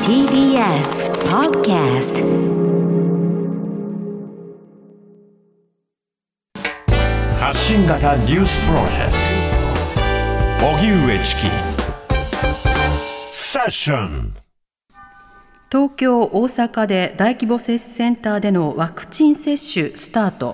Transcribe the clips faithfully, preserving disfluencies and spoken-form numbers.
ティービーエス Podcast 発信型ニュースプロジェクト荻上チキセッション。 東京、大阪で大規模接種センターでのワクチン接種スタート。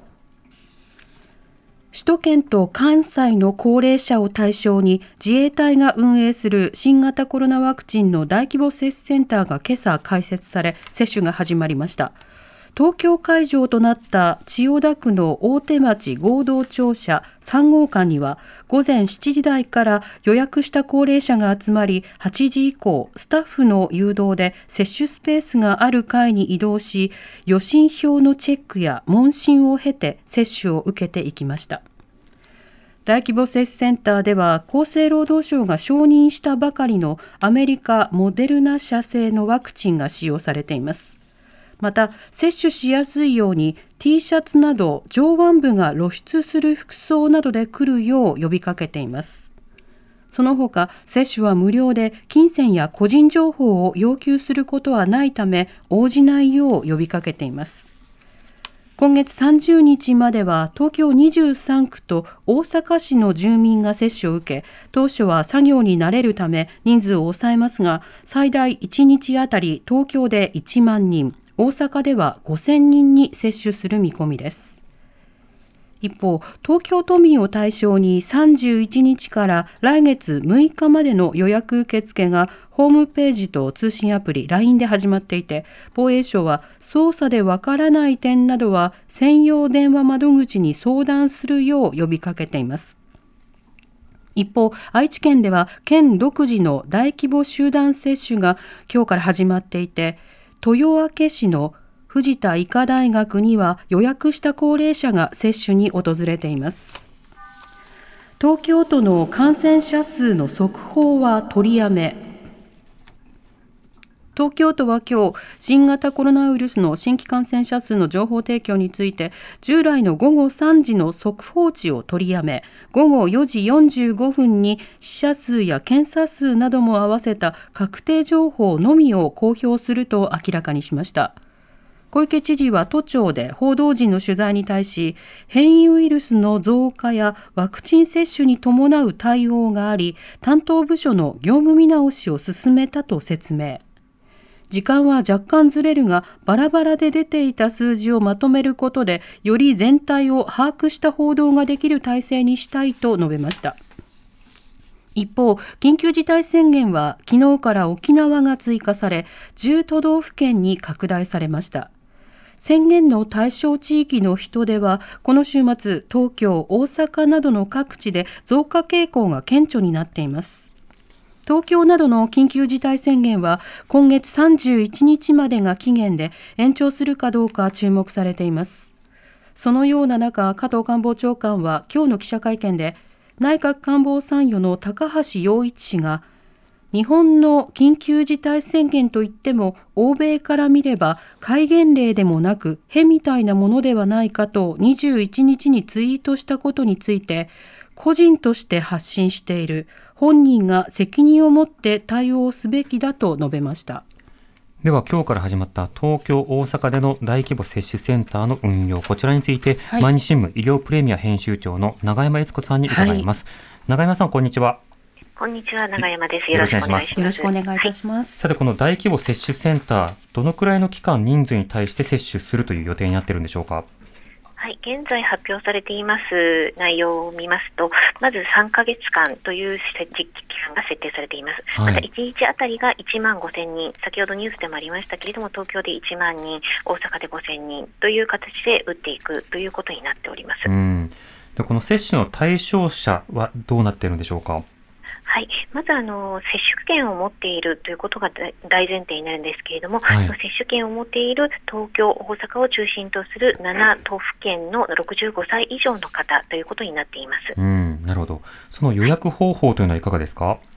首都圏と関西の高齢者を対象に自衛隊が運営する新型コロナワクチンの大規模接種センターが今朝開設され、接種が始まりました。東京会場となった千代田区の大手町合同庁舎さん号館には午前しちじ台から予約した高齢者が集まり、はちじ以降スタッフの誘導で接種スペースがある階に移動し、予診票のチェックや問診を経て接種を受けていきました。大規模接種センターでは厚生労働省が承認したばかりのアメリカモデルナ社製のワクチンが使用されています。また接種しやすいように T シャツなど上腕部が露出する服装などで来るよう呼びかけています。その他接種は無料で、金銭や個人情報を要求することはないため応じないよう呼びかけています。今月さんじゅうにちまでは東京にじゅうさんくと大阪市の住民が接種を受け、当初は作業に慣れるため人数を抑えますが、最大いちにちあたり東京でいちまんにん、大阪ではごせんにんに接種する見込みです。一方、東京都民を対象にさんじゅういちにちから来月むいかまでの予約受付がホームページと通信アプリ ライン で始まっていて、防衛省は操作でわからない点などは専用電話窓口に相談するよう呼びかけています。一方、愛知県では県独自の大規模集団接種が今日から始まっていて、豊明市の藤田医科大学には予約した高齢者が接種に訪れています。東京都の感染者数の速報は取りやめ。東京都は今日、新型コロナウイルスの新規感染者数の情報提供について、従来のごごさんじの速報値を取りやめ、ごごよじよんじゅうごふんに死者数や検査数なども合わせた確定情報のみを公表すると明らかにしました。小池知事は都庁で報道陣の取材に対し、変異ウイルスの増加やワクチン接種に伴う対応があり、担当部署の業務見直しを進めたと説明。時間は若干ずれるが、バラバラで出ていた数字をまとめることで、より全体を把握した報道ができる体制にしたいと述べました。一方、緊急事態宣言は昨日から沖縄が追加され、じゅうとどうふけんに拡大されました。宣言の対象地域の人出は、この週末、東京、大阪などの各地で増加傾向が顕著になっています。東京などの緊急事態宣言は今月さんじゅういちにちまでが期限で、延長するかどうか注目されています。そのような中、加藤官房長官は今日の記者会見で、内閣官房参与の高橋洋一氏が、日本の緊急事態宣言といっても欧米から見れば戒厳令でもなくへみたいなものではないかとにじゅういちにちにツイートしたことについて、個人として発信している、本人が責任を持って対応すべきだと述べました。 では今日から始まった東京、大阪での大規模接種センターの運用、こちらについて、はい、毎日新聞医療プレミア編集長の永山悦子さんに伺います、はい、永山さん、こんにちは。 こんにちは、永山です。よろしくお願いします。 よろしくお願いいたします。 はい、さて、この大規模接種センター、どのくらいの期間、人数に対して接種するという予定になっているんでしょうか。 はい、現在発表されています内容を見ますと、まずさんかげつかんという実期間が設定されています。はい、またいちにちあたりがいちまんごせんにん、先ほどニュースでもありましたけれども、東京でいちまんにん、大阪でごせんにんという形で打っていくということになっております。 うん、でこの接種の対象者はどうなっているんでしょうか。 はい、まずあの接種券を持っているということが大前提になるんですけれども、はい、接種券を持っている東京、大阪を中心とするななとうふけんのろくじゅうごさい以上の方ということになっています。 うん、なるほど。その予約方法というのはいかがですか。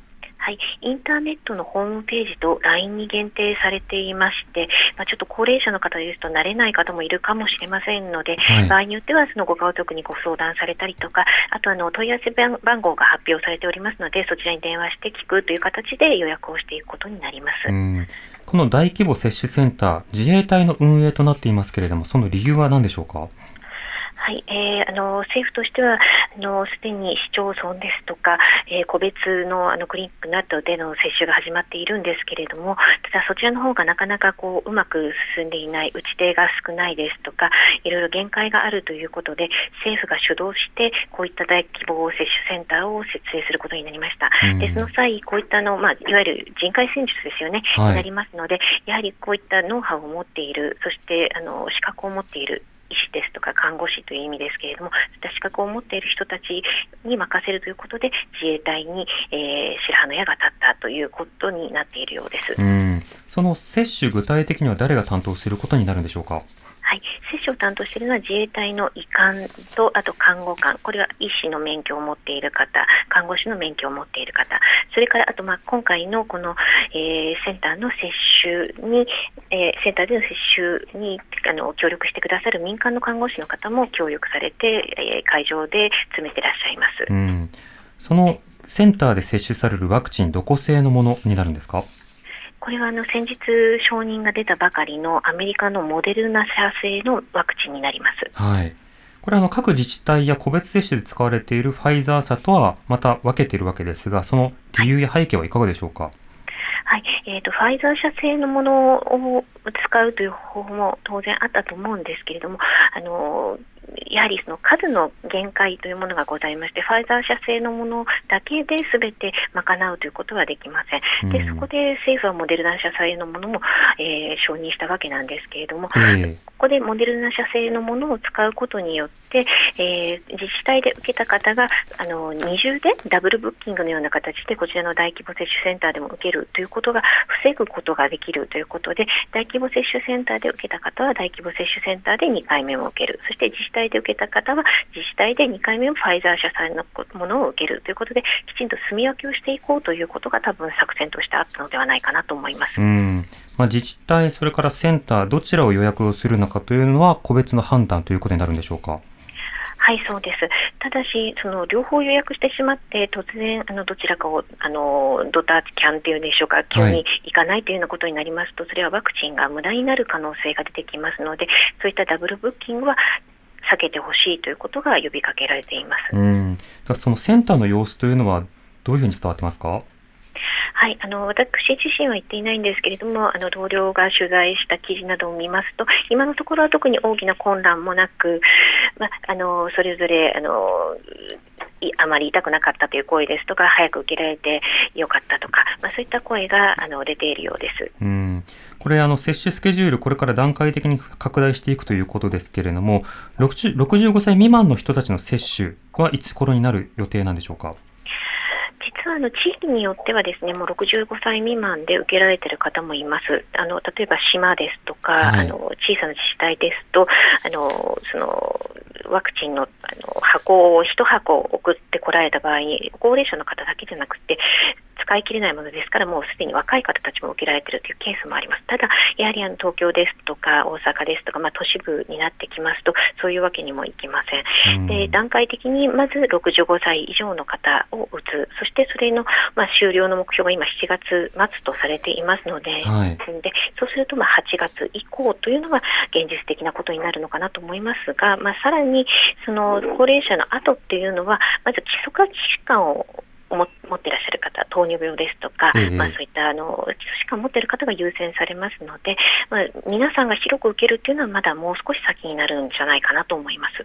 はい、インターネットのホームページと ライン に限定されていまして、まあ、ちょっと高齢者の方ですと慣れない方もいるかもしれませんので、はい、場合によってはそのご家族にご相談されたりとか、あとあの問い合わせ番号が発表されておりますので、そちらに電話して聞くという形で予約をしていくことになります。 うん、この大規模接種センター、自衛隊の運営となっていますけれども、その理由は何でしょうか。 はい、えー、あの政府としてはあのすでに市町村ですとか、えー、個別のあのクリニックなどでの接種が始まっているんですけれども、ただそちらの方がなかなかこううまく進んでいない、打ち手が少ないですとか、いろいろ限界があるということで、政府が主導してこういった大規模接種センターを設営することになりました。でその際、こういったの、まあ、いわゆる人海戦術ですよね、はい、になりますので、やはりこういったノウハウを持っている、そしてあの資格を持っている医師ですとか看護師という意味ですけれども、そういった資格を持っている人たちに任せるということで、自衛隊に、えー、白羽の矢が立ったということになっているようです。 うん、その接種、具体的には誰が担当することになるんでしょうか。 はい、接種を担当しているのは自衛隊の医官と、あと看護官、これは医師の免許を持っている方、看護師の免許を持っている方、それからあとまあ今回のこの、えー、センターの接種に、えー、センターでの接種にあの協力してくださる民間の看護師の方も協力されて、えー、会場で詰めてらっしゃいます。 うん、そのセンターで接種されるワクチン、どこ製のものになるんですか。 これはあの先日承認が出たばかりのアメリカのモデルナ社製のワクチンになります。 はい、これはあの各自治体や個別接種で使われているファイザー社とはまた分けているわけですが、その理由や背景はいかがでしょうか。 はい、えーと、ファイザー社製のものを使うという方法も当然あったと思うんですけれども、あのやはりその数の限界というものがございまして、ファイザー社製のものだけで全て賄うということはできません。でそこで政府はモデルナ社製のものも、えー、承認したわけなんですけれども、えー、ここでモデルナ社製のものを使うことによって、えー、自治体で受けた方があの二重でダブルブッキングのような形でこちらの大規模接種センターでも受けるということが防ぐことができるということで、大規模接種センターで受けた方は大規模接種センターでにかいめを受ける、そして自治体で受けた方は自治体でにかいめをファイザー社さんのものを受けるということで、きちんと住み分けをしていこうということが多分作戦としてあったのではないかなと思います。 うん、まあ、自治体それからセンターどちらを予約をするのかというのは個別の判断ということになるんでしょうか。 はい、そうです。ただし、その両方予約してしまって、突然あのどちらかをあのドタキャンというんでしょうか、急に行かないというようなことになりますと、はい、それはワクチンが無駄になる可能性が出てきますので、そういったダブルブッキングは避けてほしいということが呼びかけられています。 うん、そのセンターの様子というのはどういうふうに伝わってますか。 はい、あの私自身は言っていないんですけれども、あの同僚が取材した記事などを見ますと、今のところは特に大きな混乱もなく、ま、あのそれぞれあのあまり痛くなかったという声ですとか、早く受けられてよかったとか、まあ、そういった声があの出ているようです。 うん、これあの接種スケジュール、これから段階的に拡大していくということですけれども、ろくじゅうごさい未満の人たちの接種はいつ頃になる予定なんでしょうか。 実はあの地域によってはですね、もうろくじゅうごさい未満で受けられている方もいます。あの例えば島ですとか、はい、あの小さな自治体ですと、あのそのワクチン の, あの箱をいち箱送ってこられた場合に、高齢者の方だけじゃなくて使い切れないものですから、もうすでに若い方たちも受けられているというケースもあります。ただやはりあの東京ですとか大阪ですとか、まあ、都市部になってきますとそういうわけにもいきません。で段階的にまずろくじゅうごさい以上の方を打つ、そしてそれの、まあ、終了の目標が今しちがつ末とされていますの で,、はい、でそうするとまあはちがつ以降というのが現実的なことになるのかなと思いますが、まあ、さらにその高齢者の後っていうのはまず基礎疾患を持っていらっしゃる方、糖尿病ですとか、ええまあ、そういったあの基礎疾患を持っている方が優先されますので、まあ、皆さんが広く受けるっていうのはまだもう少し先になるんじゃないかなと思います。 うん、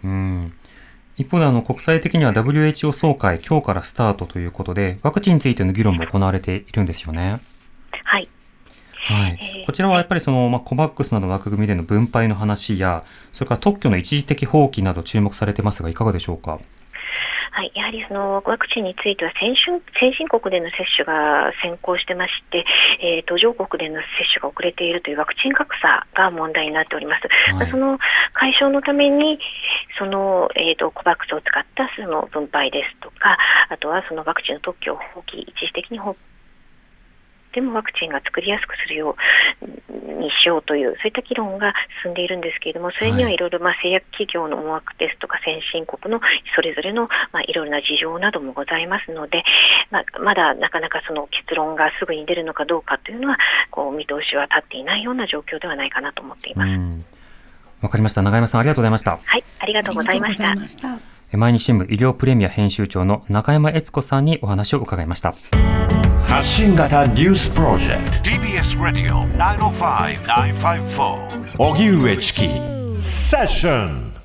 一方であの国際的には ダブリューエイチオー 総会今日からスタートということで、ワクチンについての議論も行われているんですよね。 はい、 はいえー、こちらはやっぱりその、まあ、コバックスなどの枠組みでの分配の話や、それから特許の一時的放棄など注目されてますが、いかがでしょうか。 はい、やはりそのワクチンについては先進、先進国での接種が先行してまして、えー、途上国での接種が遅れているというワクチン格差が問題になっております。はい、その解消のためにその、えーと、コバックスを使ったその分配ですとか、あとはそのワクチンの特許を放棄、一時的に放てもワクチンが作りやすくするようにしようという、そういった議論が進んでいるんですけれども、それにはいろいろまあ製薬企業の思惑ですとか先進国のそれぞれのまあいろいろな事情などもございますので、まあ、まだなかなかその結論がすぐに出るのかどうかというのはこう見通しは立っていないような状況ではないかなと思っています。 わかりました。永山さん、ありがとうございました。 はい、ありがとうございました。 毎日新聞医療プレミア編集長の中山悦子さんにお話を伺いました。 発信型ニュースプロジェクト ティービーエス ラディオきゅうまるご、きゅうごよんよん 荻上チキセッション。